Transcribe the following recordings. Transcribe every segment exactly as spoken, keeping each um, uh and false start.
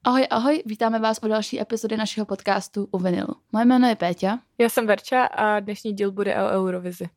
Ahoj, ahoj, vítáme vás u další epizody našeho podcastu U Vinilu. Moje jméno je Péťa. Já jsem Verča a dnešní díl bude o Eurovizi.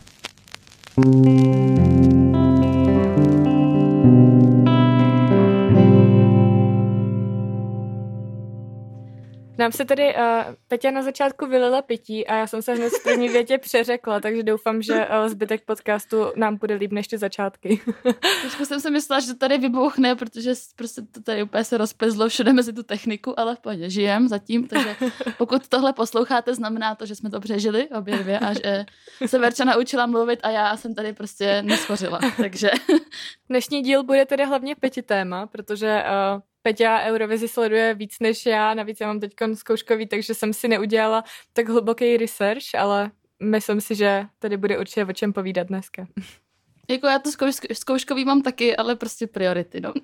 Nám se tady uh, Peťa na začátku vylila pití a já jsem se hned v první větě přeřekla, takže doufám, že uh, zbytek podcastu nám bude líp než ty začátky. Trošku jsem si myslela, že to tady vybouchne, protože prostě to tady úplně se rozplizlo všude mezi tu techniku, ale v pohodě žijem zatím, takže pokud tohle posloucháte, znamená to, že jsme to přežili obě dvě a že se Verča naučila mluvit a já jsem tady prostě neschořila, takže... Dnešní díl bude tedy hlavně Peti téma, protože... Uh, Peťa Eurovizi sleduje víc než já, navíc já mám teď zkouškový, takže jsem si neudělala tak hluboký research, ale myslím si, že tady bude určitě o čem povídat dneska. Jako já to zkouš- zkouškový mám taky, ale prostě priority, no.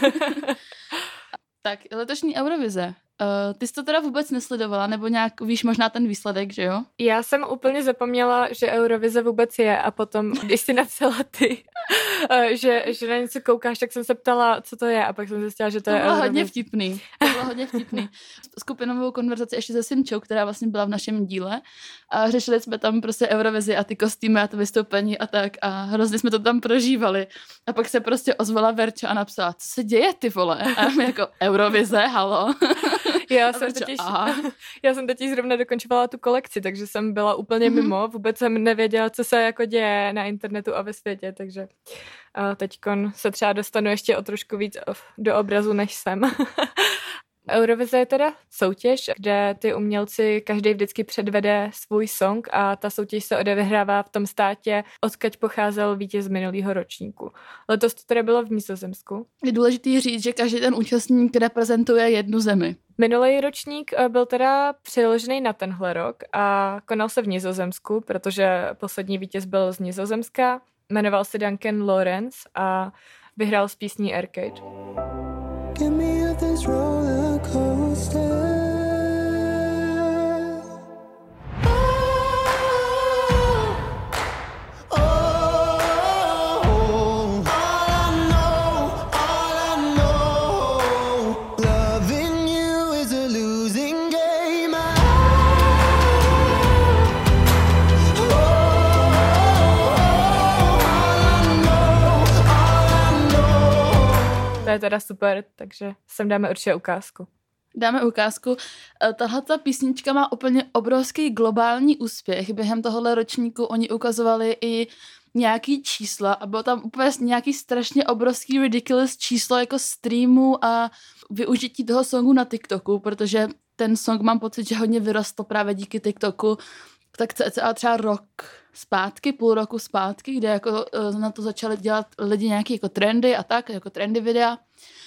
Tak, letošní Eurovize. Uh, ty jsi to teda vůbec nesledovala, nebo nějak víš možná ten výsledek, že jo? Já jsem úplně zapomněla, že Eurovize vůbec je a potom, když jsi napsala ty, že, že na něco koukáš, tak jsem se ptala, co to je a pak jsem zjistila, že to, to je Eurovize. To bylo hodně vtipný. To bylo hodně vtipný. Skupinovou konverzaci ještě se Simčou, která vlastně byla v našem díle a řešili jsme tam prostě Eurovizi a ty kostýmy a to vystoupení a tak a hrozně jsme to tam prožívali. A pak se prostě ozvala Verča a napsala, co se děje, ty vole? A my jako Eurovize, halo. Já jsem, totiž, já jsem totiž zrovna dokončovala tu kolekci, takže jsem byla úplně mm-hmm. mimo, vůbec jsem nevěděla, co se jako děje na internetu a ve světě, takže teďkon se třeba dostanu ještě o trošku víc do obrazu, než jsem. Eurovize je teda soutěž, kde ty umělci každý vždycky předvede svůj song a ta soutěž se odehrává v tom státě, odkud pocházel vítěz minulého ročníku. Letos to teda bylo v Nizozemsku. Je důležitý říct, že každý ten účastník reprezentuje jednu zemi. Minulý ročník byl teda přiložený na tenhle rok a konal se v Nizozemsku, protože poslední vítěz byl z Nizozemska. Jmenoval se Duncan Lawrence a vyhrál s písní Arcade. Get me off this roller coaster. To je teda super, takže sem dáme určitě ukázku. Dáme ukázku. Tahleta písnička má úplně obrovský globální úspěch. Během tohohle ročníku oni ukazovali i nějaký čísla a bylo tam úplně nějaký strašně obrovský ridiculous číslo jako streamu a využití toho songu na TikToku, protože ten song mám pocit, že hodně vyrostl právě díky TikToku. Tak cca třeba rok zpátky, půl roku zpátky, kde jako na to začali dělat lidi nějaký jako trendy a tak, jako trendy videa.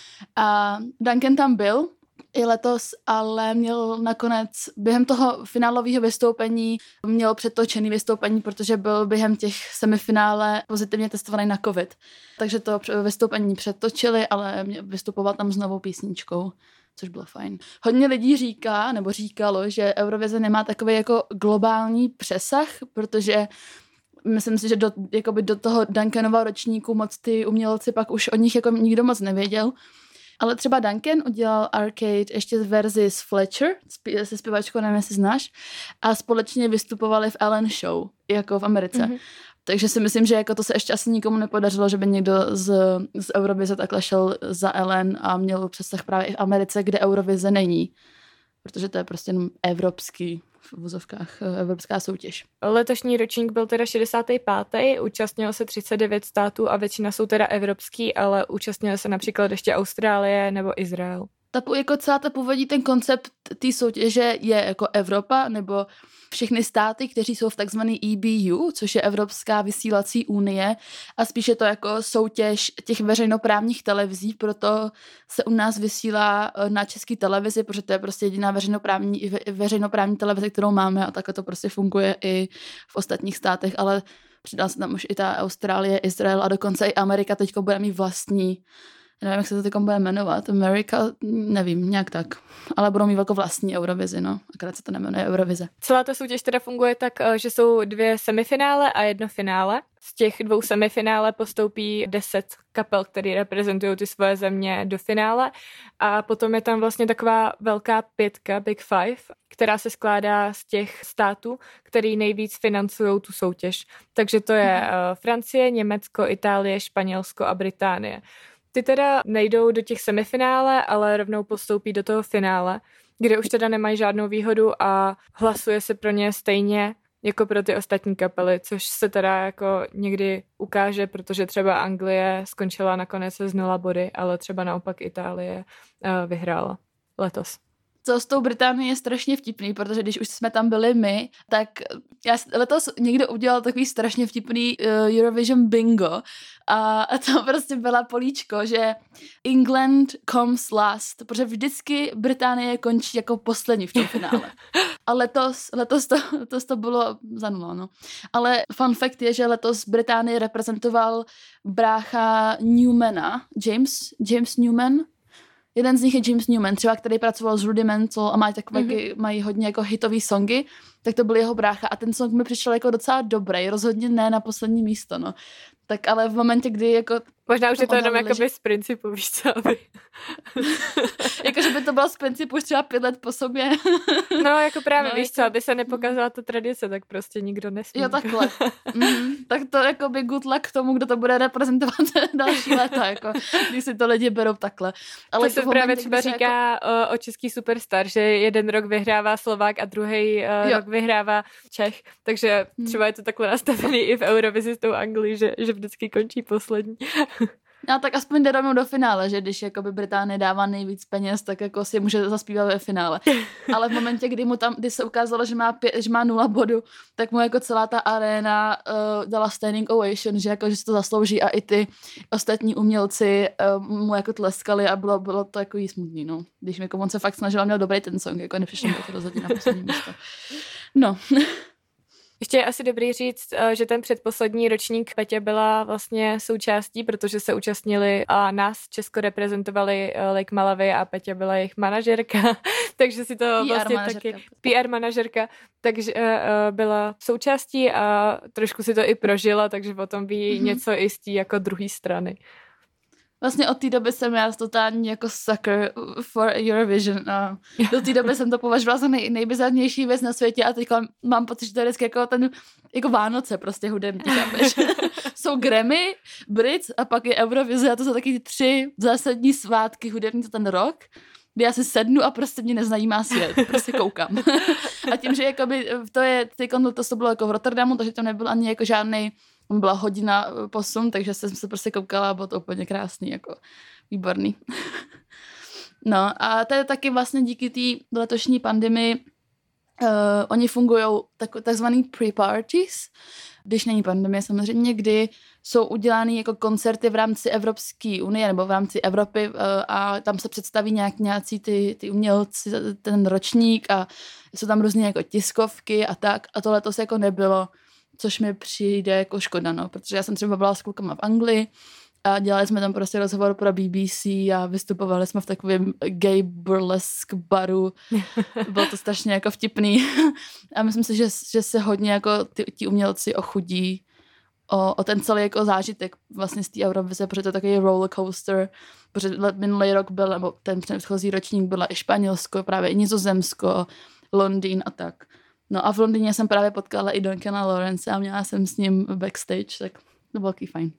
A Duncan tam byl i letos, ale měl nakonec během toho finálového vystoupení měl přetočený vystoupení, protože byl během těch semifinále pozitivně testovaný na covid. Takže to vystoupení přetočili, ale vystupoval tam s novou písničkou, což bylo fajn. Hodně lidí říká, nebo říkalo, že Eurovize nemá takový jako globální přesah, protože myslím si, že do, jakoby do toho Duncanova ročníku moc ty umělci pak už o nich jako nikdo moc nevěděl. Ale třeba Duncan udělal Arcade ještě z verzi s Fletcher, se zpěvačkou, nevím, jestli znáš, a společně vystupovali v Ellen Show, jako v Americe. Mm-hmm. Takže si myslím, že jako to se ještě asi nikomu nepodařilo, že by někdo z, z Eurovize takhle šel za Ellen a měl přesah právě i v Americe, kde Eurovize není. Protože to je prostě jenom evropský, v vozovkách, evropská soutěž. Letošní ročník byl teda šedesátý pátý účastnilo se třicet devět států a většina jsou teda evropský, ale účastnilo se například ještě Austrálie nebo Izrael. Ta, jako celá ta původní ten koncept té soutěže je jako Evropa nebo všechny státy, kteří jsou v takzvaný E B U, což je Evropská vysílací unie a spíše to jako soutěž těch veřejnoprávních televizí, proto se u nás vysílá na České televizi, protože to je prostě jediná veřejnoprávní, veřejnoprávní televize, kterou máme a takhle to prostě funguje i v ostatních státech, ale přidala se tam už i ta Austrálie, Izrael a dokonce i Amerika teďko bude mít vlastní nevím, jak se to teď bude jmenovat, America, nevím, nějak tak. Ale budou mít jako vlastní Eurovizi, no. Akorát se to nejmenuje Eurovize. Celá ta soutěž teda funguje tak, že jsou dvě semifinále a jedno finále. Z těch dvou semifinále postoupí deset kapel, které reprezentují ty svoje země do finále. A potom je tam vlastně taková velká pětka, Big Five, která se skládá z těch států, který nejvíc financují tu soutěž. Takže to je uh, Francie, Německo, Itálie, Španělsko a Británie. Ty teda nejdou do těch semifinále, ale rovnou postoupí do toho finále, kde už teda nemají žádnou výhodu a hlasuje se pro ně stejně jako pro ty ostatní kapely, což se teda jako někdy ukáže, protože třeba Anglie skončila nakonec z nula body, ale třeba naopak Itálie uh, vyhrála letos. Co s tou Británií je strašně vtipný, protože když už jsme tam byli my, tak já letos někdo udělal takový strašně vtipný uh, Eurovision bingo a, a to prostě byla políčko, že England comes last, protože vždycky Británie končí jako poslední v tom finále. A letos, letos, to, letos to bylo za nula, no. Ale fun fact je, že letos Británie reprezentoval brácha Newmana, James, James Newman. Jeden z nich je James Newman, třeba, který pracoval s Rudimental a mají takové, mm-hmm. mají hodně jako hitový songy, tak to byl jeho brácha a ten song mi přišel jako docela dobrý, rozhodně ne na poslední místo, no. Tak ale v momentě, kdy jako... Možná už je to jenom jakoby z principu, víš co, aby... jako, že by to bylo z principu už třeba pět let po sobě. no, jako právě, no, víš jako... co, aby se nepokazila ta tradice, tak prostě nikdo nesmí. Jo, takhle. mm-hmm. Tak to jako by good luck k tomu, kdo to bude reprezentovat další léta, jako, když si to lidi berou takhle. Ale to se právě třeba říká jako... o český superstar, že jeden rok vyhrává Slovák a druhý uh, rok vyhrává Čech, takže třeba je to takhle nastavený i v Eurovizi s tou Anglií, že, že vždycky končí poslední. No tak aspoň jde rovnou do finále, že když jakoby Británie dává nejvíc peněz, tak jako si může zaspívat ve finále. Ale v momentě, kdy mu tam, kdy se ukázalo, že má, pě, že má nula bodu, tak mu jako celá ta aréna uh, dala standing ovation, že jako, že si to zaslouží a i ty ostatní umělci uh, mu jako tleskali a bylo, bylo to jako jí smutný, no. Když jako on se fakt snažil a měl dobrý ten song, jako nepřišel to rozhodně na poslední místo. No. Ještě je asi dobrý říct, že ten předposlední ročník Petě byla vlastně součástí, protože se účastnili a nás Česko reprezentovali Lake Malawi a Petě byla jejich manažerka, takže si to P R vlastně manažerka. taky P R manažerka, takže byla součástí a trošku si to i prožila, takže potom ví mm-hmm. něco i z té jako druhé strany. Vlastně od té doby jsem já totální jako sucker for Eurovision a do té doby jsem to považovala za nej, nejbizarnější věc na světě a teď mám pocit, že to je vždycky jako ten, jako Vánoce prostě hudební, jsou Grammy, Brits a pak je Eurovize a to jsou taky ty tři zásadní svátky hudební za ten rok, kdy já si sednu a prostě mě nezajímá svět, prostě koukám. A tím, že jakoby to je, to, to bylo jako v Rotterdamu, takže tam nebyl ani jako žádnej, byla hodina posun, takže jsem se prostě koukala a bylo to úplně krásný, jako výborný. No a to je taky vlastně díky té letošní pandemii, uh, oni fungují tak, takzvaný pre-parties, když není pandemie samozřejmě, kdy jsou udělány jako koncerty v rámci Evropské unie nebo v rámci Evropy uh, a tam se představí nějak nějací ty, ty umělci, ten ročník a jsou tam různé jako tiskovky a tak a to letos jako nebylo, což mi přijde jako škoda, no, protože já jsem třeba byla s klukama v Anglii a dělali jsme tam prostě rozhovor pro B B C a vystupovali jsme v takovém gay burlesque baru. Bylo to strašně jako vtipný. A myslím si, že, že se hodně jako ty, ty umělci ochudí o, o ten celý jako zážitek vlastně z té Eurovize, protože to je takový roller coaster, protože minulý rok byl, nebo ten předchozí ročník byla i Španělsko, právě i Nizozemsko, Londýn a tak. No a v Londýně jsem právě potkala i Duncana Lawrence a měla jsem s ním backstage, tak to bylo taky fajn.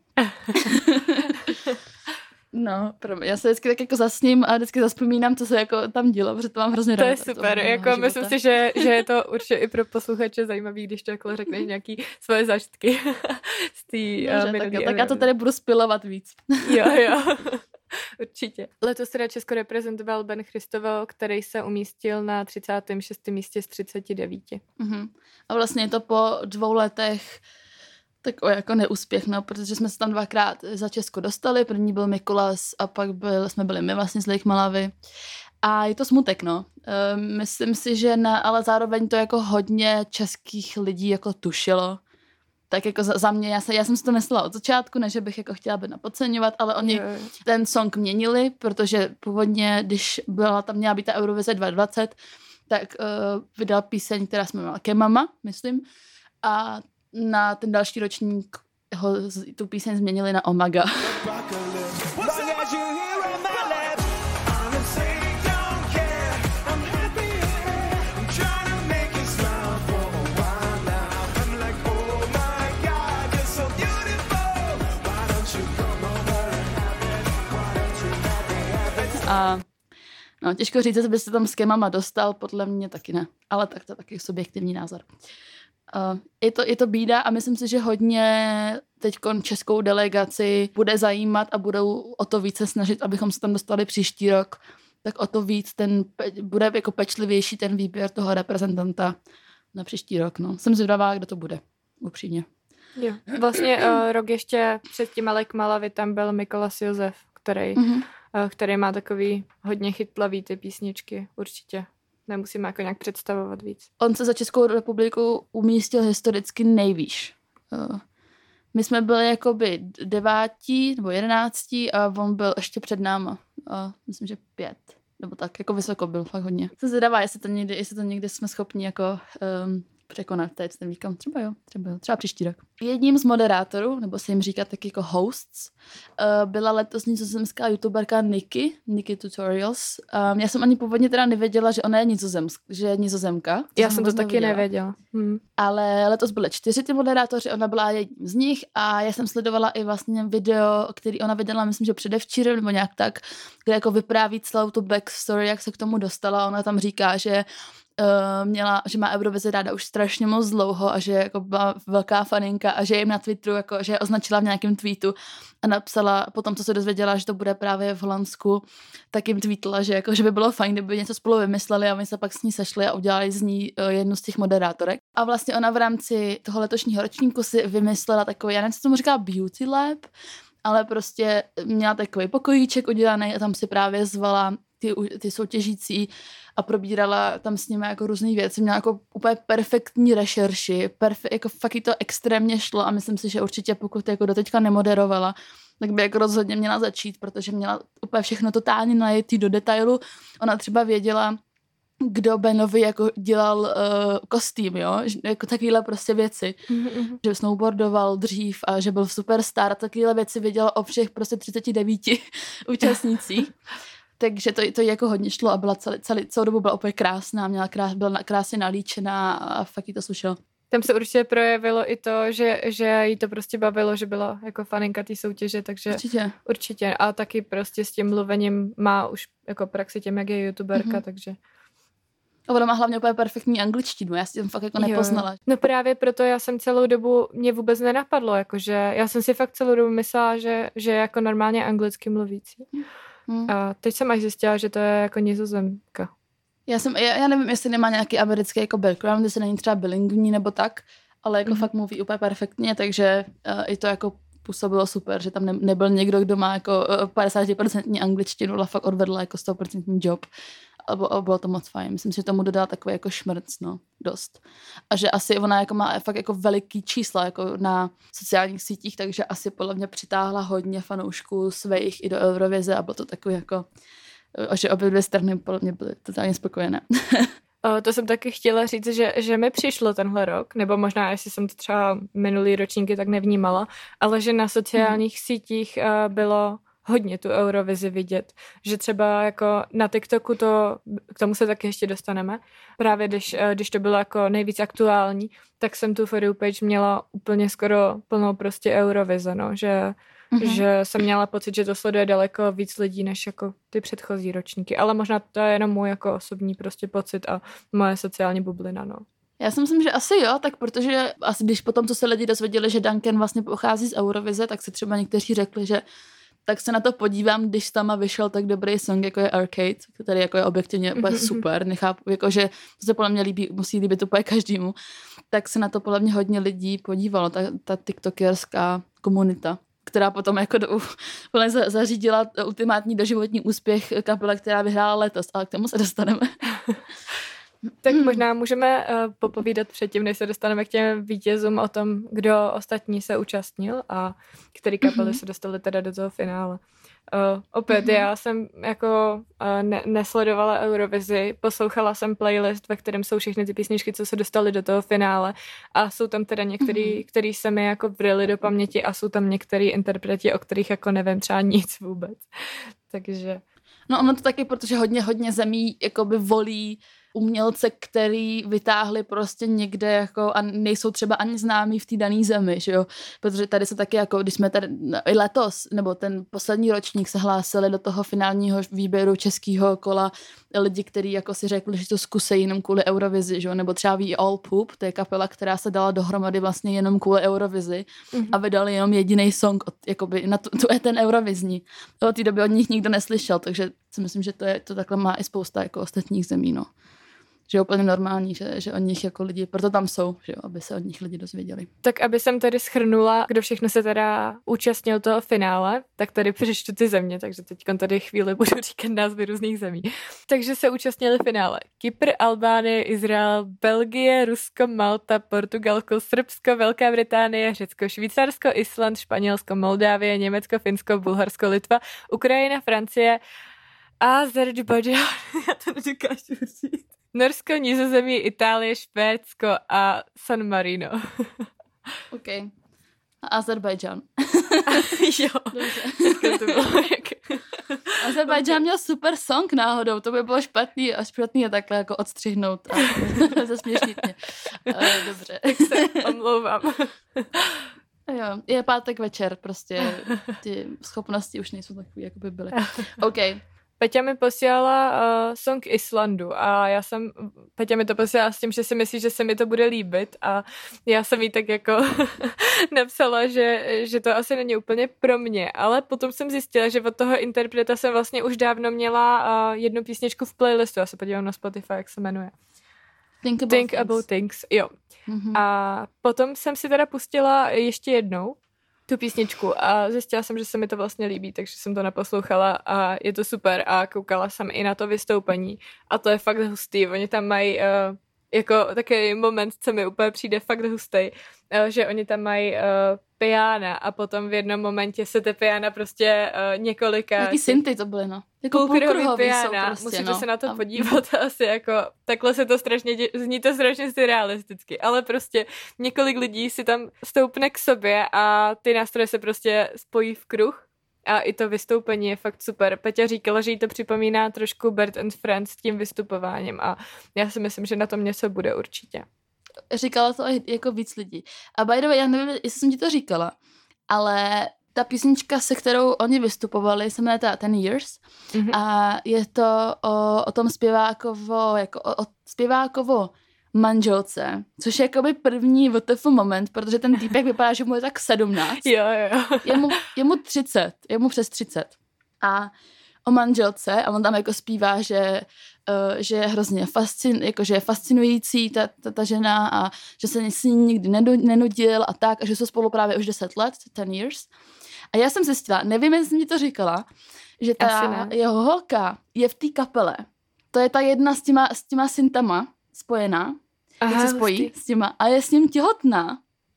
No, já se vždycky tak jako zasním a vždycky zaspomínám, co se jako tam dělo, protože to mám hrozně ráda. To je super, jako myslím si, že, že je to určitě i pro posluchače zajímavý, když to jako řekneš nějaký svoje zážitky z té uh, minulý. Tak, tak já to tady budu spilovat víc. Jo, jo. Určitě. Letos teda Česko reprezentoval Ben Christoval, který se umístil na třicátém šestém místě z třiceti devíti. Uh-huh. A vlastně je to po dvou letech takový jako neúspěch, no, protože jsme se tam dvakrát za Česko dostali. První byl Mikolas a pak byl, jsme byli my vlastně z Lake Malawi. A je to smutek, no. E, myslím si, že na, ale zároveň to jako hodně českých lidí jako tušilo, tak jako za, za mě, já, se, já jsem si to myslela od začátku, ne, že bych jako chtěla být napodceňovat, ale oni je. ten song měnili, protože původně, když byla tam měla být ta Eurovize dvacet dvacet, tak uh, vydal píseň, která jsme měla Kemama, myslím, a na ten další ročník ho, tu píseň změnili na Omaga. A no, těžko říct, že by se tam s Kemama dostal, podle mě taky ne, ale tak to je taky subjektivní názor. Uh, je, to, je to bída a myslím si, že hodně teďkon českou delegaci bude zajímat a budou o to více snažit, abychom se tam dostali příští rok, tak o to víc ten, bude jako pečlivější ten výběr toho reprezentanta na příští rok. No. Jsem zvědavá, kdo to bude, upřímně. Jo. Vlastně uh, rok ještě před tím Alek Malavi tam byl Mikolas Josef, který, mm-hmm. uh, který má takový hodně chytlavý ty písničky, určitě. Nemusíme jako nějak představovat víc. On se za Českou republiku umístil historicky nejvýš. Uh, my jsme byli jakoby devátí nebo jedenáctí a on byl ještě před náma. Uh, myslím, že pět. Nebo tak, jako vysoko byl, fakt hodně. Jsem zvědavá, jestli to někdy, jestli to někdy jsme schopni jako um, překonat teď ten výkon. Třeba jo, třeba jo, třeba příští rok. Jedním z moderátorů, nebo se jim říká tak jako hosts, uh, byla letos nizozemská youtuberka Nikki, Nikki Tutorials. Um, já jsem ani původně teda nevěděla, že ona je nizozemsk, že je nizozemka. Já jsem to taky nevěděla. nevěděla. Hmm. Ale letos byly čtyři ty moderátoři, ona byla jedním z nich a já jsem sledovala i vlastně video, který ona vydala, myslím, že předevčírem nebo nějak tak, kde jako vypráví celou tu backstory, jak se k tomu dostala. Ona tam říká, že Uh, měla, že má Eurovizi ráda už strašně moc dlouho a že jako byla velká faninka a že jim na Twitteru, jako, že je označila v nějakém tweetu a napsala, potom co se dozvěděla, že to bude právě v Holandsku, tak jim tweetla, že, jako, že by bylo fajn, kdyby něco spolu vymysleli a my se pak s ní sešli a udělali z ní uh, jednu z těch moderátorek. A vlastně ona v rámci toho letošního ročníku si vymyslela takový, já nevím, co tomu říká Beauty Lab, ale prostě měla takový pokojíček udělaný a tam si právě zvala ty, ty soutěžící a probírala tam s nimi jako různý věci. Měla jako úplně perfektní rešerši, perfe- jako fakt jí to extrémně šlo a myslím si, že určitě pokud jako doteďka nemoderovala, tak by jako rozhodně měla začít, protože měla úplně všechno totálně najetý do detailu. Ona třeba věděla, kdo Benovi jako dělal uh, kostým, jo, jako takovýhle prostě věci, mm-hmm. že snowboardoval dřív a že byl superstar, takovýhle věci věděla o všech prostě třiceti devíti účastnících. Takže to, to jako hodně šlo a byla celý, celý, celou dobu byla úplně krásná, měla krás, byla krásně nalíčená a fakt jí to slušelo. Tam se určitě projevilo i to, že, že jí to prostě bavilo, že byla jako faninka té soutěže, takže určitě. určitě. A taky prostě s tím mluvením má už jako praxi tím, jak je youtuberka, mm-hmm. takže... A ona má hlavně úplně perfektní angličtinu, já si tam fakt jako nepoznala. Jo. No právě proto já jsem celou dobu, mě vůbec nenapadlo, jakože já jsem si fakt celou dobu myslela, že, že je jako normálně anglicky mluvící. Hmm. A teď jsem až zjistila, že to je jako nizozemka. Já jsem, já, já nevím, jestli nemá nějaký americký jako background, jestli není třeba bilingvní nebo tak, ale jako hmm. fakt mluví úplně perfektně, takže uh, i to jako působilo super, že tam ne, nebyl někdo, kdo má jako uh, padesát procent angličtinu, ale fakt odvedla jako sto procent job. A bylo to moc fajn. Myslím si, že tomu dodala takový jako šmrc, no, dost. A že asi ona jako má fakt jako veliký čísla jako na sociálních sítích, takže asi podle mě přitáhla hodně fanoušků svých i do Eurovize a bylo to takový jako, že obě dvě strany podle mě byly totálně spokojené. O, to jsem taky chtěla říct, že, že mi přišlo tenhle rok, nebo možná, jestli jsem to třeba minulý ročníky tak nevnímala, ale že na sociálních hmm. sítích uh, bylo hodně tu Eurovizi vidět, že třeba jako na TikToku to, k tomu se taky ještě dostaneme, právě když, když to bylo jako nejvíc aktuální, tak jsem tu For You page měla úplně skoro plnou prostě Eurovize, no, že, mm-hmm. že jsem měla pocit, že to sleduje daleko víc lidí, než jako ty předchozí ročníky, ale možná to je jenom můj jako osobní prostě pocit a moje sociální bublina, no. Já si myslím, že asi jo, tak protože asi když potom, co se lidi dozvěděli, že Duncan vlastně pochází z Eurovize, tak si třeba někteří řekli, že tak se na to podívám, když tam vyšel tak dobrý song, jako je Arcade, který jako je objektivně úplně super, nechápu, jakože to se podle mě líbí, musí líbit úplně každému, tak se na to podle mě hodně lidí podívalo, ta, ta tiktokerská komunita, která potom jako do, podle mě zařídila ultimátní doživotní úspěch kapela, která vyhrála letos, ale k tomu se dostaneme. Tak možná můžeme uh, popovídat předtím, než se dostaneme k těm vítězům o tom, kdo ostatní se účastnil a který kapely mm-hmm. se dostali teda do toho finále. Uh, opět, mm-hmm. já jsem jako uh, ne- nesledovala Eurovizi, poslouchala jsem playlist, ve kterém jsou všechny ty písničky, co se dostaly do toho finále a jsou tam teda některý, mm-hmm. který se mi jako vryli do paměti a jsou tam některý interpreti, o kterých jako nevím třeba nic vůbec. Takže... No ono to taky, protože hodně, hodně zemí jakoby volí umělce, který vytáhli prostě někde jako a nejsou třeba ani známí v té dané zemi, že jo, protože tady se taky jako, když jsme tady i letos, nebo ten poslední ročník se hlásili do toho finálního výběru českého kola lidi, kteří jako si řekli, že to zkusejí jenom kvůli Eurovizi, že jo, nebo třeba ví All Poop, to je kapela, která se dala dohromady vlastně jenom kvůli Eurovizi mm-hmm. a vydali jenom jediný song od, jakoby na tu, tu je ten Eurovizní. Od té doby od nich nikdo neslyšel, takže si myslím, že to, je, to takhle má i spousta jako ostatních zemí, no. Že je úplně normální, že, že od nich jako lidi, proto tam jsou, že jo, aby se od nich lidi dozvěděli. Tak aby jsem tady shrnula, kdo všechno se teda účastnil toho finále, tak tady přečtu ty země, takže teď tady chvíli budu říkat názvy různých zemí. Takže se účastnili finále Kypr, Albánie, Izrael, Belgie, Rusko, Malta, Portugalsko, Srbsko, Velká Británie, Řecko, Švýcarsko, Island, Španělsko, Moldávie, Německo, Finsko, Bulharsko, Litva, Ukrajina, Francie, Azerbajdžán, já to nedokážu říct. Norsko, Nizozemí, Itálie, Švédsko a San Marino. OK. A Azerbajdžán. Jo. To bylo jak... Azerbajdžán měl super song náhodou, to by bylo špatný a špatný je takhle jako odstřihnout a zasměšnit mě. Dobře. Tak se omlouvám. Jo, je pátek večer, prostě ty schopnosti už nejsou takový, jako by byly. OK. Peťa mi posílala uh, song Islandu a já jsem, Peťa mi to posílala s tím, že si myslí, že se mi to bude líbit a já jsem jí tak jako napsala, že, že to asi není úplně pro mě, ale potom jsem zjistila, že od toho interpreta jsem vlastně už dávno měla uh, jednu písničku v playlistu, já se podívám na Spotify, jak se jmenuje. Think About, Think things. about Things, jo. Mm-hmm. A potom jsem si teda pustila ještě jednou tu písničku a zjistila jsem, že se mi to vlastně líbí, takže jsem to naposlouchala a je to super a koukala jsem i na to vystoupení a to je fakt hustý. Oni tam mají uh, jako takový moment, co mi úplně přijde fakt hustý, uh, že oni tam mají uh, piana a potom v jednom momentě se ty piana prostě uh, několika... Jaký synty to byly, no. Jako půlkruhový piana, prostě, musíte no. se na to podívat asi jako, takhle se to strašně, dě, zní to strašně surrealisticky, ale prostě několik lidí si tam stoupne k sobě a ty nástroje se prostě spojí v kruh a i to vystoupení je fakt super. Peťa říkala, že jí to připomíná trošku Bert and Friends s tím vystupováním a já si myslím, že na tom něco bude určitě. Říkala to jako víc lidí. A by the way, já nevím, jestli jsem ti to říkala, ale ta písnička, se kterou oni vystupovali, se jmenuje Ten Years mm-hmm. a je to o, o tom zpěvákovo, jako o, o zpěvákovo manželce, což je jakoby první W T F moment, protože ten týpek vypadá, že mu je tak sedmnáct. Jo, jo. Je mu, je mu třicet, je mu přes třicet. A o manželce a on tam jako zpívá, že, uh, že je hrozně fascin, jako, že je fascinující ta, ta, ta žena a že se s ní nikdy nenudil a tak a že jsou spolu právě už deset let, ten years. A já jsem zjistila, nevím, jestli mi to říkala, že ta jeho holka je v té kapele. To je ta jedna s těma, s těma syntama spojená, Aha, jak se spojí hustý. S těma a je s ním těhotná.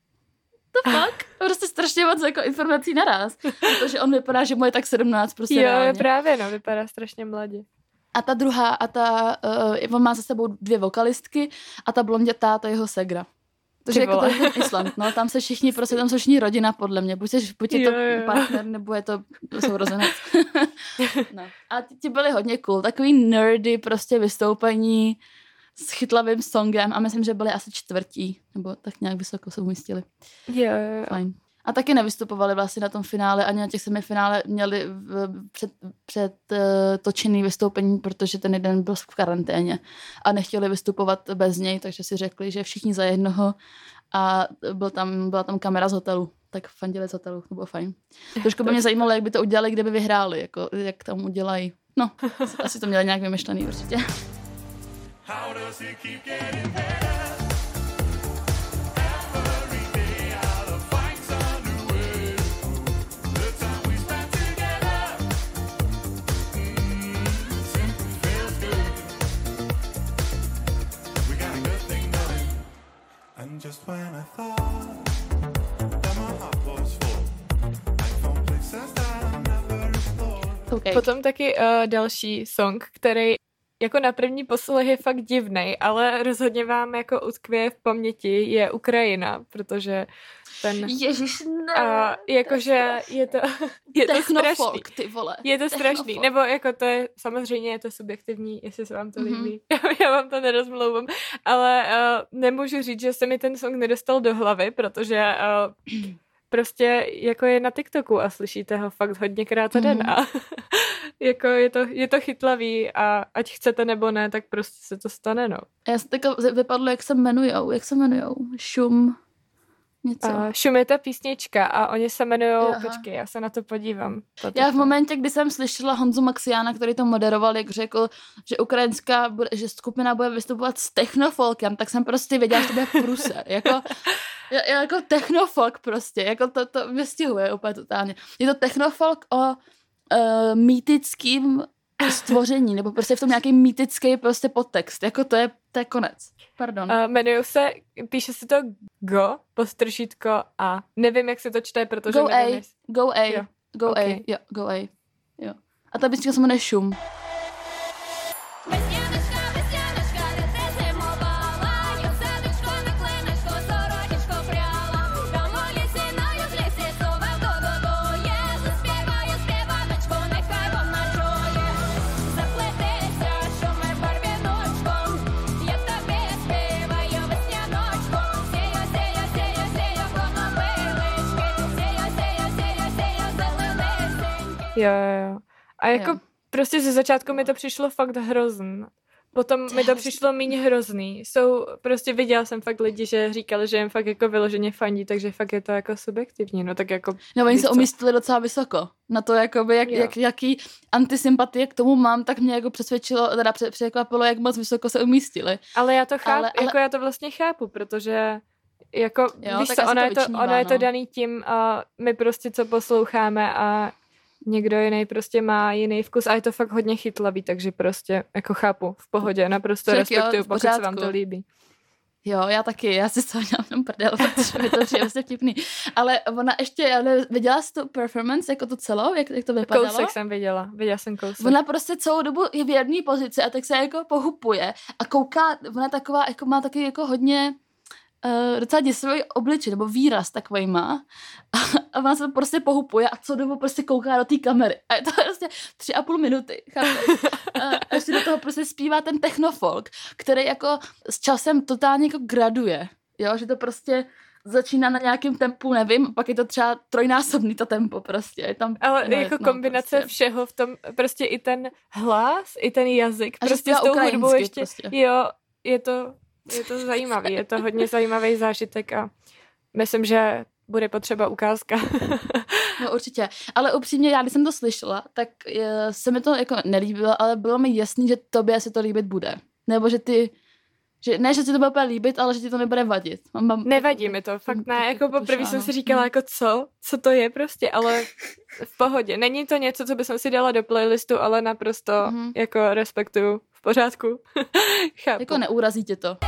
To fakt? Prostě strašně moc jako informací naraz. Protože on vypadá, že mu je tak sedmnáct prostě Jo, reálně. právě, no, vypadá strašně mladě. A ta druhá, a ta, uh, on má za sebou dvě vokalistky a ta blondětá, to je jeho segra. Takže jako to je ten Island, no, tam se všichni, prostě tam jsou všichni rodina, podle mě. Buď, seš, buď je to jo, jo. partner, nebo je to sourozenec. No. A ti, ti byly hodně cool, takový nerdy prostě vystoupení s chytlavým songem a myslím, že byli asi čtvrtí, nebo tak nějak vysoko se umístili. Jo, jo, jo. Fajn. A taky nevystupovali vlastně na tom finále, ani na těch semifinále měli v, před, před uh, točený vystoupení, protože ten jeden byl v karanténě a nechtěli vystupovat bez něj, takže si řekli, že všichni za jednoho a byl tam, byla tam kamera z hotelu, tak fandili z hotelu, to bylo fajn. Trošku by mě zajímalo, jak by to udělali, kdyby vyhráli, jako, jak tam udělají. No, asi to měli nějak vymyšlený určitě. How does he keep getting better? Okay. Potom taky uh, další song, který jako na první poslech je fakt divnej, ale rozhodně vám jako utkvěje v paměti, je Ukrajina, protože ten... Ježiš, ne. A jakože je to, je to strašný. Ty vole. Je to strašný. Nebo jako to je, samozřejmě je to subjektivní, jestli se vám to líbí. Mm-hmm. Já vám to nerozmlouvám. Ale uh, nemůžu říct, že se mi ten song nedostal do hlavy, protože uh, prostě jako je na TikToku a slyšíte ho fakt hodněkrát za den. Mm-hmm. A jako je to, je to chytlavý a ať chcete nebo ne, tak prostě se to stane, no. Já jsem tak vypadlo, jak se jmenujou. Jak se jmenujou? Šum... Něco. Uh, Šum je ta písnička a oni se jmenujou, počkej, já se na to podívám. Toto já v momentě, kdy jsem slyšela Honzu Maxiána, který to moderoval, jak řekl, že ukrajinská, bude, že skupina bude vystupovat s technofolkem, tak jsem prostě věděla, že to bude průser. Jako, jako technofolk prostě, jako to, to vystihuje úplně totálně. Je to technofolk o uh, mýtickým stvoření, nebo prostě v tom nějaký mýtický prostě podtext, jako to je, to je konec. Pardon. Uh, jmenuju se, píše se to Go, postržítko A. Nevím, jak se to čte, protože Go nevím, A, jest... Go A, jo. Go okay. A, jo, Go A, jo. A ta písnička se jmenuje Šum. Jo, jo, jo. A jako jo. Prostě ze začátku mi to přišlo fakt hrozný. Potom to mi to přišlo méně hrozný. Jsou, prostě viděla jsem fakt lidi, že říkali, že jim fakt jako vyloženě fandí, takže fakt je to jako subjektivní, no tak jako... No oni se umístili docela vysoko. Na to, jakoby, jak, jak, jaký antisympatie k tomu mám, tak mě jako přesvědčilo, teda překvapilo, jak moc vysoko se umístili. Ale já to chápu, ale, ale... jako já to vlastně chápu, protože... Jako, jo, víš co, ono, to je, to, vyčnívá, ono no. je to daný tím, a my prostě co posloucháme a někdo jiný prostě má jiný vkus a je to fakt hodně chytlavý, takže prostě jako chápu, v pohodě, naprosto Však respektuju, jo, pokud se vám to líbí. Jo, já taky, já si z toho dělám jenom prdel, protože mi to přijde vlastně vtipný. Ale ona ještě, já ne, viděla jsi tu performance, jako to celou, jak, jak to vypadalo? Kousek jsem viděla, viděla jsem kousek. Ona prostě celou dobu je v jedné pozici a tak se jako pohupuje a kouká, ona taková, jako má taky jako hodně... Uh, docela děsivý obličej, nebo výraz takovej má. A, a ona se prostě pohupuje a co dobu prostě kouká do té kamery. A je to prostě tři a půl minuty, chápeš? A ještě do toho prostě zpívá ten technofolk, který jako s časem totálně jako graduje. Jo, že to prostě začíná na nějakém tempu, nevím, pak je to třeba trojnásobný to tempo prostě. Je tam, ale no, jako kombinace prostě. Všeho v tom, prostě i ten hlas, i ten jazyk, a prostě s tou hudbou ještě, prostě. Jo, je to... Je to zajímavý, je to hodně zajímavý zážitek a myslím, že bude potřeba ukázka. No určitě, ale upřímně, já když jsem to slyšela, tak se mi to jako nelíbilo, ale bylo mi jasný, že tobě se to líbit bude. Nebo že ty, že, ne, že ti to bude úplně líbit, ale že ti to nebude vadit. Mám, mám, Nevadí mi to, fakt ne, jako poprvé jsem si říkala, jako co, co to je prostě, ale v pohodě. Není to něco, co bych si dala do playlistu, ale naprosto mm-hmm. jako respektuju. V pořádku. Chápu. Jako neurazí tě to.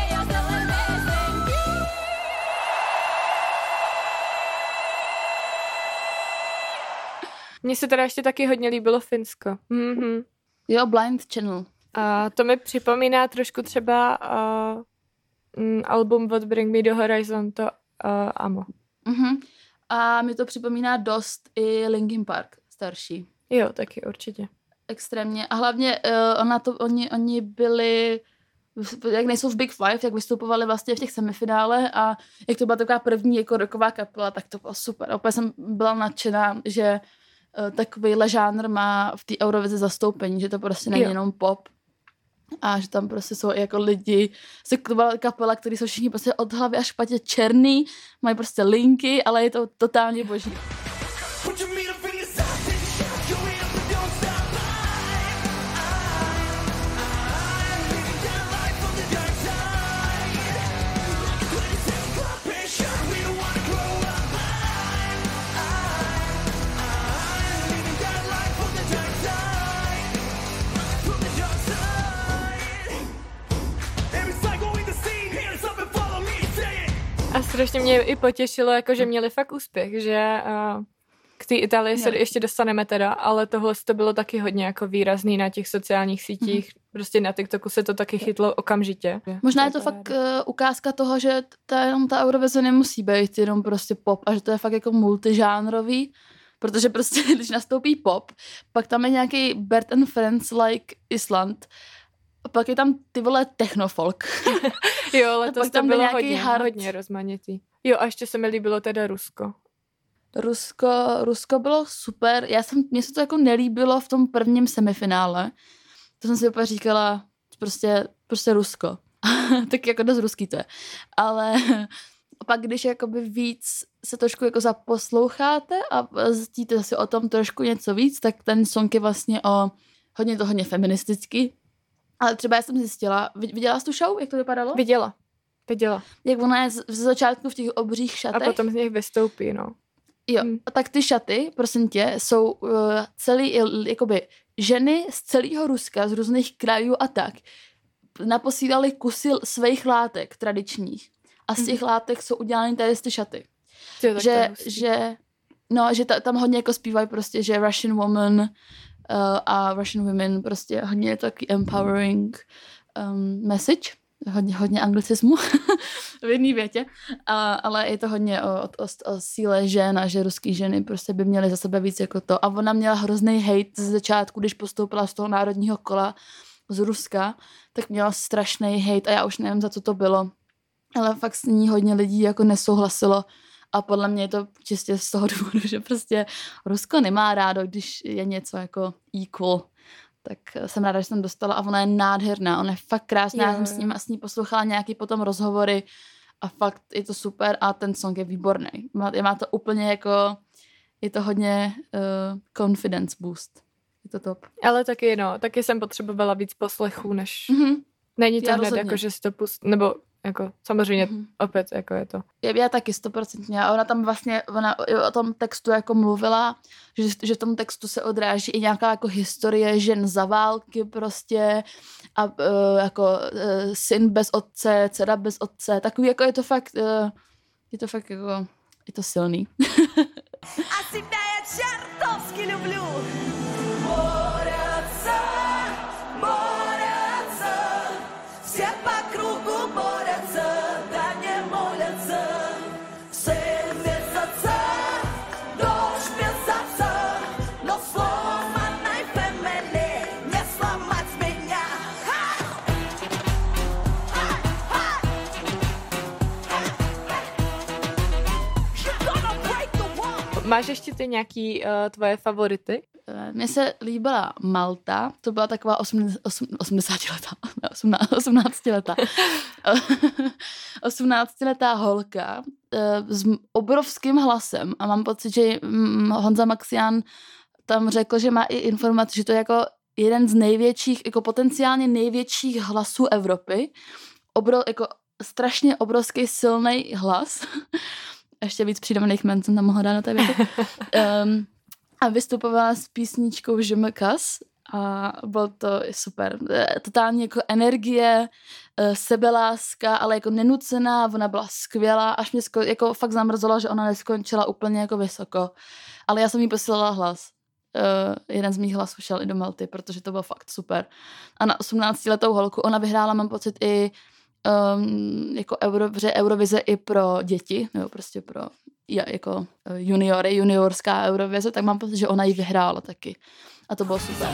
Mně se teda ještě taky hodně líbilo Finsko. Mm-hmm. Jo, Blind Channel. A to mi připomíná trošku třeba uh, um, album od Bring Me the Horizon, to uh, Amo. Mm-hmm. A mi to připomíná dost i Linkin Park starší. Jo, taky určitě. Extrémně. A hlavně uh, ona to, oni, oni byli, jak nejsou v Big Five, jak vystupovali vlastně v těch semifinále a jak to byla taková první jako rocková kapela, tak to bylo super. Opět jsem byla nadšená, že uh, takovýhle žánr má v té Eurovizi zastoupení, že to prostě není jo. jenom pop a že tam prostě jsou i jako lidi, se kapela, který jsou všichni prostě od hlavy až patě černý, mají prostě linky, ale je to totálně boží. A strašně mě i potěšilo, jako že měli fakt úspěch, že uh, k té Itálii se ještě dostaneme teda, ale tohle to bylo taky hodně jako výrazný na těch sociálních sítích. Mm-hmm. Prostě na TikToku se to taky chytlo okamžitě. Možná je to fakt uh, ukázka toho, že ta, jenom ta Eurovize nemusí být jenom prostě pop a že to je fakt jako multižánrový, protože prostě, když nastoupí pop, pak tam je nějaký Bert and Friends like Island, a pak je tam ty vole technofolk. Jo, ale to tam bylo hodně, hard... hodně rozmanitý. Jo, a ještě se mi líbilo teda Rusko. Rusko, Rusko bylo super. Já jsem, mně se to jako nelíbilo v tom prvním semifinále. To jsem si úplně říkala, prostě, prostě Rusko. Tak jako dost ruský to je. Ale pak, když jakoby víc se trošku jako zaposloucháte a zjistíte si o tom trošku něco víc, tak ten song je vlastně o hodně to hodně feministický. Ale třeba já jsem zjistila, viděla jsi tu show, jak to vypadalo? Viděla. Viděla. Jak ona je z začátku v těch obřích šatech. A potom z nich vystoupí, no. Jo, hmm. a tak ty šaty, prosím tě, jsou uh, celý, jakoby, ženy z celého Ruska, z různých krajů a tak, naposílali kusy svých látek tradičních. A z těch hmm. látek jsou udělány tady ty šaty. Jo, že, že, no, že ta, tam hodně jako zpívají prostě, že Russian woman uh, a Russian women prostě hodně je taky empowering um, message. Hodně, hodně anglicismu v jedné větě, a, ale je to hodně o, o, o síle žen a že ruský ženy prostě by měly za sebe víc jako to. A ona měla hrozný hejt ze začátku, když postoupila z toho národního kola z Ruska, tak měla strašný hejt a já už nevím, za co to bylo. Ale fakt s ní hodně lidí jako nesouhlasilo a podle mě je to čistě z toho důvodu, že prostě Rusko nemá rádo, když je něco jako equal. Tak jsem ráda, že jsem dostala a ona je nádherná, ona je fakt krásná, jo, já jsem s ním a s ní poslouchala nějaký potom rozhovory a fakt je to super a ten song je výborný. Má, má to úplně jako, je to hodně uh, confidence boost. Je to top. Ale taky no, taky jsem potřebovala víc poslechů, než mm-hmm. není to já hned rozhodně. Jako, že si to pust, nebo jako samozřejmě mm-hmm. opět jako je to. Já, já taky stoprocentně. A ona tam vlastně, ona o tom textu jako mluvila, že, že v tom textu se odráží i nějaká jako historie žen za války prostě a uh, jako uh, syn bez otce, dcera bez otce. Takový jako je to fakt, uh, je to fakt jako, je to silný. Asi já čertovsky люблю. Борятся, борятся, все по круgu борятся, да не молятся. Сын без отца, дочь без отца, но сломанной фэмили не сломать меня. Máš ještě ty nějaký uh, tvoje favority? Mně se líbila Malta, to byla taková osmdesátiletá, osmnáctiletá, osmnáctiletá holka s obrovským hlasem a mám pocit, že Honza Maxián tam řekl, že má i informace, že to je jako jeden z největších, jako potenciálně největších hlasů Evropy. Obro, jako strašně obrovský silný hlas. Ještě víc přídavných jmen jsem tam mohla dát na té větě. Um, a vystupovala s písničkou Je me casse a bylo to super. Totálně jako energie, sebeláska, ale jako nenucená, ona byla skvělá, až mě sko- jako fakt zamrzelo, že ona neskončila úplně jako vysoko. Ale já jsem jí posílala hlas. Uh, jeden z mých hlasů šel i do Malty, protože to bylo fakt super. A na osmnáctiletou holku ona vyhrála, mám pocit, i um, jako Euro, Eurovize i pro děti, nebo prostě pro jako juniory, juniorská Eurovize, tak mám pocit, že ona ji vyhrála taky. A to bylo super.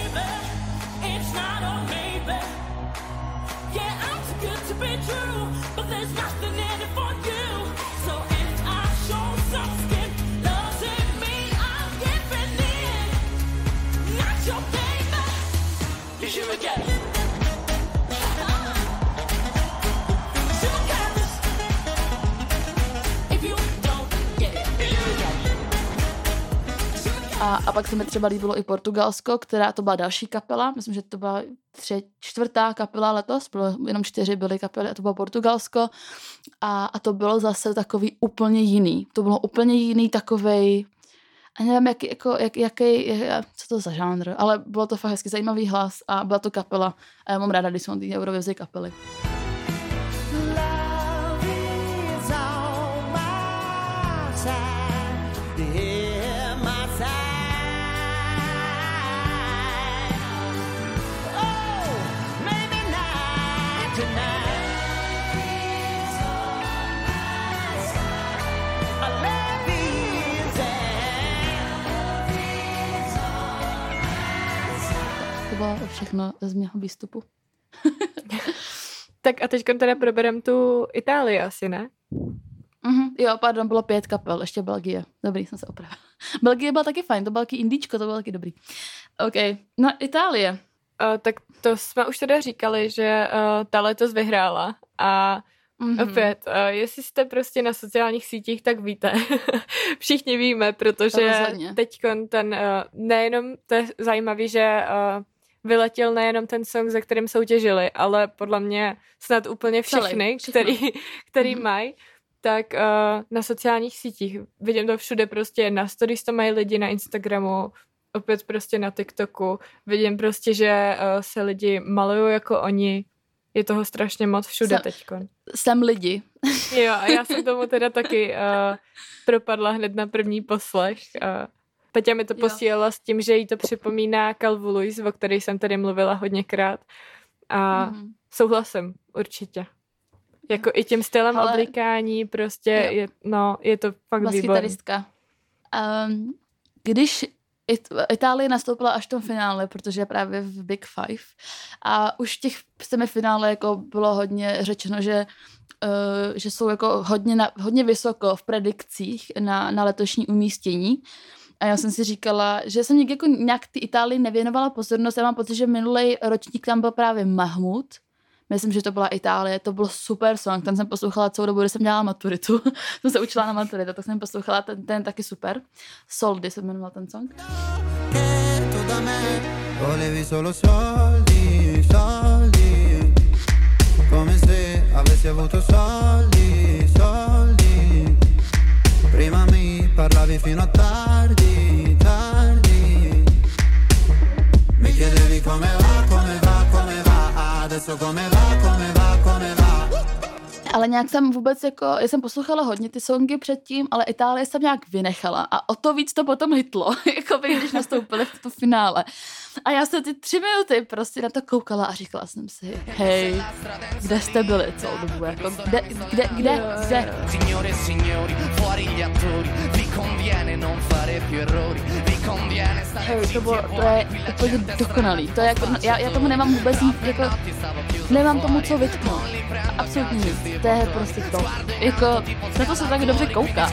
A, a pak se mi třeba líbilo i Portugalsko, která to byla další kapela, myslím, že to byla tři, čtvrtá kapela letos, bylo, jenom čtyři byly kapely a to bylo Portugalsko a, a to bylo zase takový úplně jiný, to bylo úplně jiný takovej, a nevím, jaký, jako, jak, jaký, co to za žánr, ale bylo to fakt hezky zajímavý hlas a byla to kapela a já mám ráda, když jsou ty Eurovize kapely. Love is our všechno z mého výstupu. Tak a teď teda proberem tu Itálii asi, ne? Mm-hmm, jo, pardon, bylo pět kapel, ještě Belgie. Dobrý, jsem se opravila. Belgie byla taky fajn, to byl taky indíčko, to bylo taky dobrý. OK, no Itálie. Uh, tak to jsme už teda říkali, že uh, ta letos vyhrála a mm-hmm. opět, uh, jestli jste prostě na sociálních sítích, tak víte. Všichni víme, protože teďkon ten, uh, nejenom, to je zajímavý, že uh, vyletěl nejenom ten song, za kterým soutěžili, ale podle mě snad úplně všechny, který, který mm-hmm. mají, tak uh, na sociálních sítích. Vidím to všude prostě, na stories to mají lidi, na Instagramu, opět prostě na TikToku. Vidím prostě, že uh, se lidi malují jako oni. Je toho strašně moc všude jsem, teďko. Jsem lidi. Jo, a já jsem tomu teda taky uh, propadla hned na první poslech. Uh, Peťa mi to posílala jo. s tím, že jí to připomíná Calvu Louise, o které jsem tady mluvila hodněkrát. A mm. souhlasím, určitě. Jako i tím stylem ale... oblíkání, prostě je, no, je to fakt výborný. Baskytaristka. Um, když It- Itálie nastoupila až v tom finále, protože je právě v Big Five. A už v těch semifinále jako bylo hodně řečeno, že, uh, že jsou jako hodně, na, hodně vysoko v predikcích na, na letošní umístění. A já jsem si říkala, že jsem někdy jako nějak ty Itálii nevěnovala pozornost. Já mám pocit, že minulý ročník tam byl právě Mahmud. Myslím, že to byla Itálie, to byl super song, ten jsem poslouchala celou dobu, když jsem dělala maturitu, jsem se učila na maturitu, tak jsem poslouchala, ten, ten taky super. Soldi se jmenoval ten song. Volevi solo soldi, soldi, come se avessi avuto soldi, soldi, prima mi parlavi fino a tardi, tardi, mi chiedevi come va, come va, come va. Ale nějak jsem vůbec jako, já jsem poslouchala hodně ty songy předtím, ale Itálie jsem nějak vynechala a o to víc to potom hitlo, jako by když nastoupili v to finále. A já jsem ty tři minuty prostě na to koukala a říkala jsem si, hej, kde jste byli celou dobu, jako kde, kde, kde, kde? Hej, to, bylo, to je úplně dokonalý, to je jako, já, já tomu nemám vůbec nic, jako, nemám tomu co vytknout, absolutně nic, to je prostě to, jako, na to se tak dobře kouká.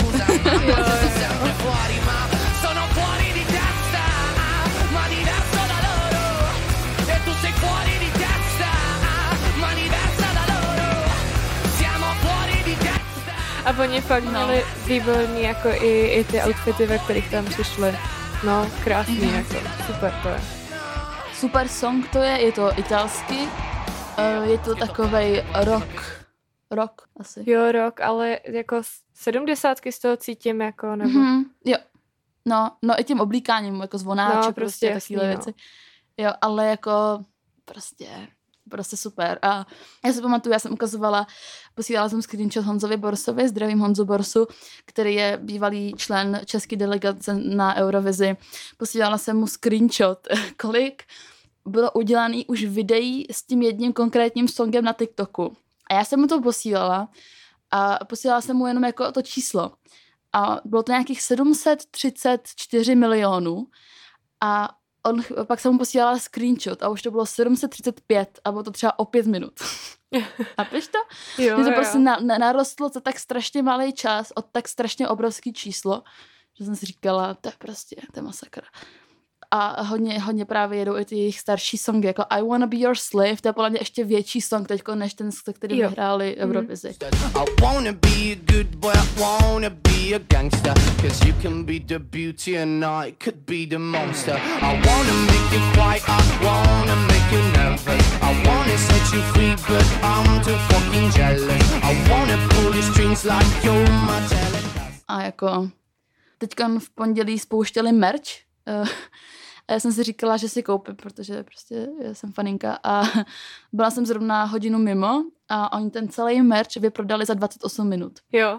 A oni fakt měli výborný jako i, i ty outfity, ve kterých tam přišli. No, krásný, mm-hmm. jako, super to je. Super song to je, je to italský, uh, je to takovej rock, rock asi. Jo, rock, ale jako sedmdesátky z toho cítím jako, nebo... Mm-hmm, jo, no, no i tím oblíkáním, jako zvonáče, no, prostě, prostě takové věci. Jo, ale jako prostě... prostě super. A já si pamatuju, já jsem ukazovala, posílala jsem screenshot Honzovi Borsovi, zdravím Honzu Borsu, který je bývalý člen české delegace na Eurovizi. Posílala jsem mu screenshot, kolik bylo udělaný už videí s tím jedním konkrétním songem na TikToku. A já jsem mu to posílala a posílala jsem mu jenom jako to číslo. A bylo to nějakých sedm set třicet čtyři milionů a on, pak jsem mu posílala screenshot a už to bylo sedm set třicet pět a bylo to třeba o pět minut. A víš to? Jo, to prostě na, na, narostlo za tak strašně malý čas, od tak strašně obrovský číslo, že jsem si říkala, to je prostě, to je masakra. A hodně, hodně právě jedou i ty jejich starší songy, jako I Wanna Be Your Slave, to je podle mě ještě větší song teďko, než ten, který jo. vyhráli Eurovizi. I wanna be a good boy, I wanna be a gangster, cause you can be the beauty and I could be the monster. I wanna make you cry, I wanna make you nervous, I wanna set you free, but I'm too fucking jealous. I wanna pull your strings like you're my talent. A jako teďka v pondělí spouštěli merch, Uh, a já jsem si říkala, že si koupím, protože prostě jsem faninka a byla jsem zrovna hodinu mimo a oni ten celý merch vyprodali za dvacet osm minut. Jo,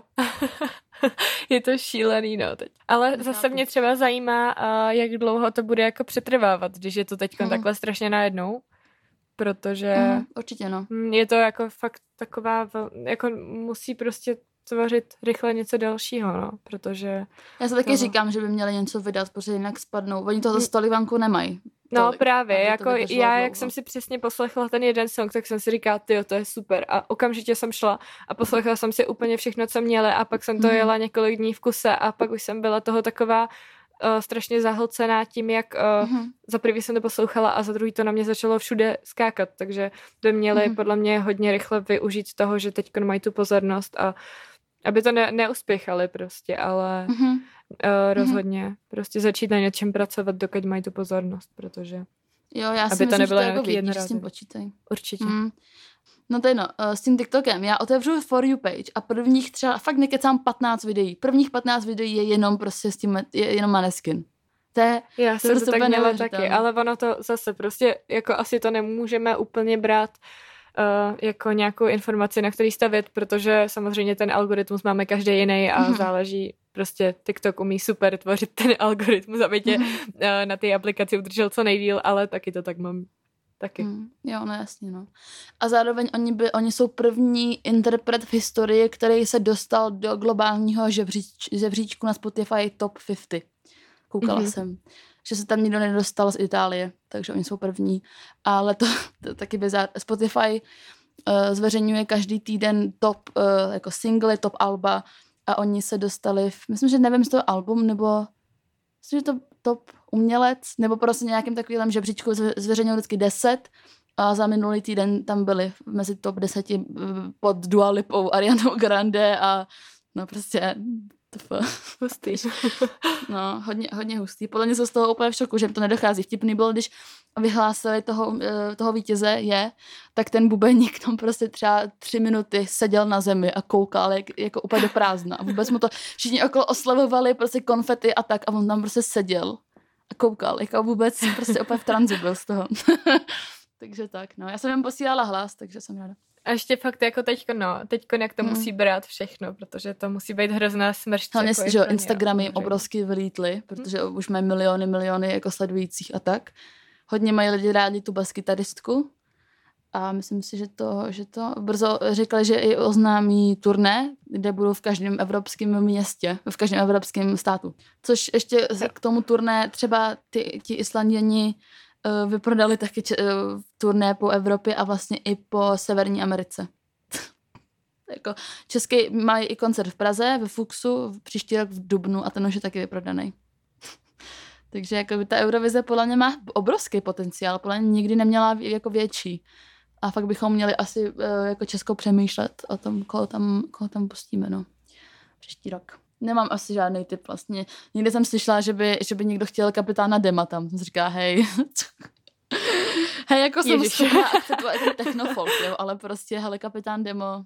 je to šílený, no teď. Ale zase mě třeba zajímá, jak dlouho to bude jako přetrvávat, když je to teď hmm. takhle strašně najednou, protože hmm, určitě no. Je to jako fakt taková, jako musí prostě tvořit rychle něco dalšího, no, protože... Já se taky to... říkám, že by měli něco vydat, protože jinak spadnou. Oni toho z Tolivanku nemají. No tolik, právě, jako já, dlouho. jak jsem si přesně poslechla ten jeden song, tak jsem si říkala, tyjo, to je super. A okamžitě jsem šla a poslechla jsem si úplně všechno, co měli a pak jsem to jela mm. několik dní v kuse a pak už jsem byla toho taková uh, strašně zahlcená tím, jak uh, mm. za prvý jsem to poslouchala a za druhý to na mě začalo všude skákat, takže by měli mm. podle mě hodně rychle využít toho, že teď mají tu pozornost a aby to ne, neuspěchali prostě, ale mm-hmm. uh, rozhodně mm-hmm. prostě začít na něčem pracovat, dokud mají tu pozornost, protože jo, já si aby myslím, to nebylo že to nějaký jako jednorázový. S tím počítaj. Určitě. Mm. No to je no, uh, s tím TikTokem, já otevřu For You page a prvních třeba, fakt nekecám patnáct videí, prvních patnáct videí je jenom prostě s tím, je jenom Maneskin. To je, já jsem to, to tak měla taky, ale ono to zase prostě, jako asi to nemůžeme úplně brát Uh, jako nějakou informaci, na který stavět, protože samozřejmě ten algoritmus máme každý jiný a mm-hmm. záleží, prostě TikTok umí super tvořit ten algoritmus, aby tě mm-hmm. uh, na té aplikaci udržel co nejdýl, ale taky to tak mám taky. Mm, jo, no jasně, no. A zároveň oni, by, oni jsou první interpret v historii, který se dostal do globálního žebříč, žebříčku na Spotify Top padesát. Koukala mm-hmm. jsem. Že se tam nikdo nedostal z Itálie, takže oni jsou první. Ale to, to taky bizár. Spotify uh, zveřejňuje každý týden top uh, jako singly, top alba a oni se dostali, v, myslím, že nevím, z toho album, nebo myslím, že to top umělec, nebo prostě nějakým takovým žebříčku zveřejňují vždycky deset a za minulý týden tam byli mezi top deseti pod Dua Lipou, Arianou Grande a no prostě hustý. No, hodně, hodně hustý. Podle mě jsou z toho úplně v šoku, že jim to nedochází. Vtipný bylo, když vyhlásili toho, toho vítěze je, tak ten bubeník tam prostě třeba tři minuty seděl na zemi a koukal jak, jako úplně do prázdna. A vůbec mu to všichni okolo oslavovali prostě konfety a tak a on tam prostě seděl a koukal. Jako vůbec prostě úplně v tranzu byl z toho. Takže tak, no. Já jsem jim posílala hlas, takže jsem ráda. A ještě fakt jako teďko, no, teďko jak to hmm. musí brát všechno, protože to musí být hrozná smršť. Hlavně, jako že Instagramy jim obrovsky vylítly, protože hmm. už mají miliony, miliony jako sledujících a tak. Hodně mají lidi rádi tu baskytaristku a myslím si, že to, že to brzo řekli, že i oznámí turné, kde budou v každém evropském městě, v každém evropském státu. Což ještě k tomu turné třeba ty, ti Islanděni uh, vyprodali taky č- uh, turné po Evropě a vlastně i po Severní Americe. Jako český mají i koncert v Praze, ve Fuxu, v příští rok v dubnu a ten už je taky vyprodaný. Takže jako ta Eurovize podle mě má obrovský potenciál, podle mě nikdy neměla jako větší. A fakt bychom měli asi uh, jako Česko přemýšlet o tom, koho tam, koho tam pustíme, no. Příští rok. Nemám asi žádný tip vlastně. Nikdy jsem slyšela, že by, že by někdo chtěl kapitána Dema tam. Jsem si říká, hej, hej, jako jsem schopná akceptovat ten technofolk, jo, ale prostě, hele, kapitán Demo.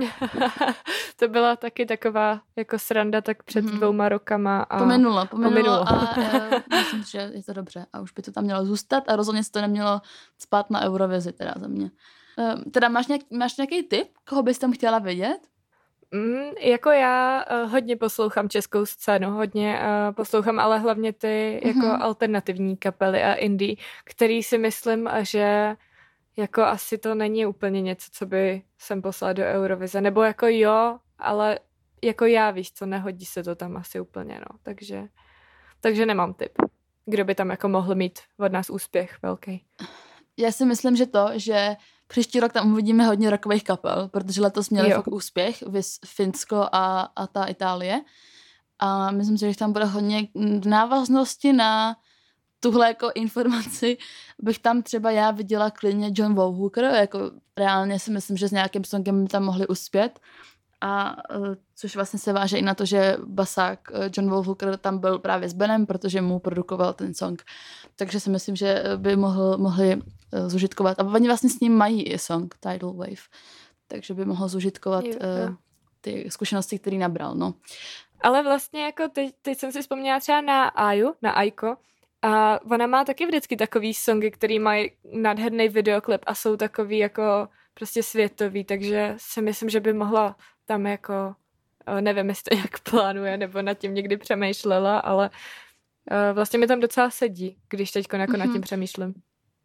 To byla taky taková jako sranda tak před mm-hmm. dvouma rokama. A pominulo, pominulo, pominulo. A uh, myslím, že je to dobře. A už by to tam mělo zůstat a rozhodně se to nemělo spát na Eurovizi teda za mě. Uh, teda máš, nějak, máš nějaký tip, koho bys tam chtěla vidět? Mm, jako já uh, hodně poslouchám českou scénu, hodně uh, poslouchám, ale hlavně ty mm-hmm. jako alternativní kapely a indie, který si myslím, že jako asi to není úplně něco, co by jsem poslala do Eurovize. Nebo jako jo, ale jako já, víš co, nehodí se to tam asi úplně, no. Takže, takže nemám tip. Kdo by tam jako mohl mít od nás úspěch velký. Já si myslím, že to, že příští rok tam uvidíme hodně rockových kapel, protože letos měli fakt úspěch, vys Finsko a, a ta Itálie. A myslím si, že tam bude hodně návaznosti na tuhle jako informaci bych tam třeba já viděla klidně John Wowhooker, jako reálně si myslím, že s nějakým songem by tam mohli uspět. A což vlastně se váže i na to, že basák John Wowhooker tam byl právě s Benem, protože mu produkoval ten song. Takže si myslím, že by mohl, mohli zužitkovat. A oni vlastně s ním mají i song Tidal Wave. Takže by mohl zužitkovat jo, jo. ty zkušenosti, který nabral. No. Ale vlastně jako teď, teď jsem si vzpomněla třeba na Aju, na Aiko. A ona má taky vždycky takový songy, který mají nádherný videoklip a jsou takový jako prostě světový, takže si myslím, že by mohla tam jako, nevím, jestli to nějak plánuje, nebo nad tím někdy přemýšlela, ale vlastně mi tam docela sedí, když teď jako mm-hmm. nad tím přemýšlím.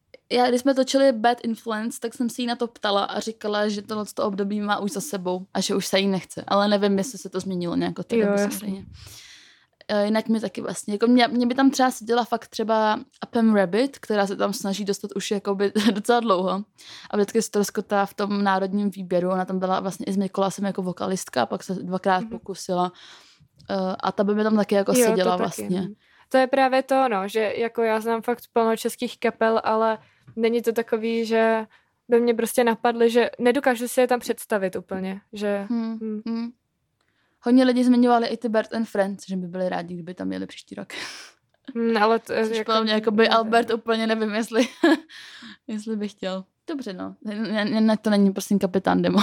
já, když jsme točili Bad Influence, tak jsem si jí na to ptala a říkala, že tohle období má už za sebou a že už se jí nechce. Ale nevím, jestli se to změnilo nějak od té doby samozřejmě. Jinak mi taky vlastně, jako mě, mě by tam třeba seděla fakt třeba Pam Rabbit, která se tam snaží dostat už jakoby docela dlouho a vždycky se to rozkotá v tom národním výběru. Ona tam byla vlastně i s Mikolasem jako vokalistka, pak se dvakrát mm-hmm. pokusila uh, a ta by mi tam taky jako jo, seděla to vlastně. Taky. To je právě to, no, že jako já znám fakt plno českých kapel, ale není to takový, že by mě prostě napadly, že nedokážu si je tam představit úplně, že... Hmm, hmm. Hmm. Hodně lidí zmiňovali i ty Bert and Friends, že by byli rádi, kdyby tam jeli příští rok. Hmm, ale to je jako... mě jako by Albert úplně nevím, jestli, jestli by chtěl. Dobře, no. Ne, ne, to není prosím kapitán Demo.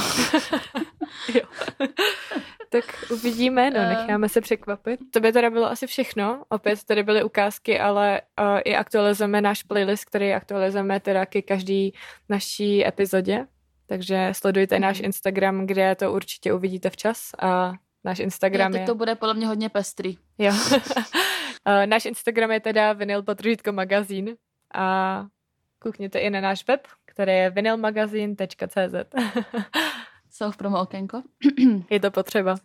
Jo. Tak uvidíme, no, necháme se překvapit. To by teda bylo asi všechno. Opět tady byly ukázky, ale uh, i aktualizujeme náš playlist, který aktualizujeme teda ke každý naší epizodě. Takže sledujte mm. náš Instagram, kde to určitě uvidíte včas. A náš Instagram jo, je... to bude podle mě hodně pestrý. Jo. uh, náš Instagram je teda Vinyl Potržítko magazín. A koukněte i na náš web, který je vinylmagazin tečka cé zet. Self promo okénko. Je to potřeba.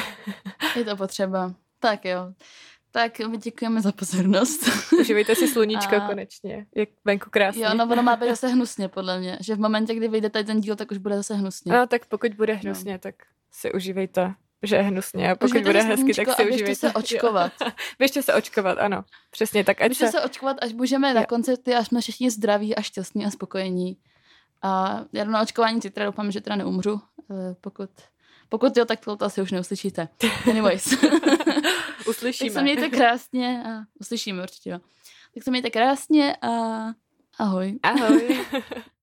Je to potřeba. Tak jo. Tak my děkujeme za pozornost. Užívejte si sluníčko a... konečně. Jak venku krásně. Jo, no ono má být zase hnusně, podle mě. Že v momentě, kdy vyjde tady ten díl, tak už bude zase hnusně. No, tak pokud bude hnusně, no. tak si užívejte, že je hnusně. A pokud Užívejte bude hezky, tak si užívejte. Běžte se očkovat. Běžte se očkovat, ano. Přesně tak. Běžte se... se očkovat, až můžeme jo. na koncerty, až jsme všichni zdraví a šťastní a spokojení. A já jdu na očkování zítra, doufám, že teda neumřu. Pokud, pokud jo, tak to asi už neuslyšíte. Anyways. Uslyšíme. Tak se mějte krásně a uslyšíme určitě. Jo. Tak se mějte krásně a ahoj. Ahoj.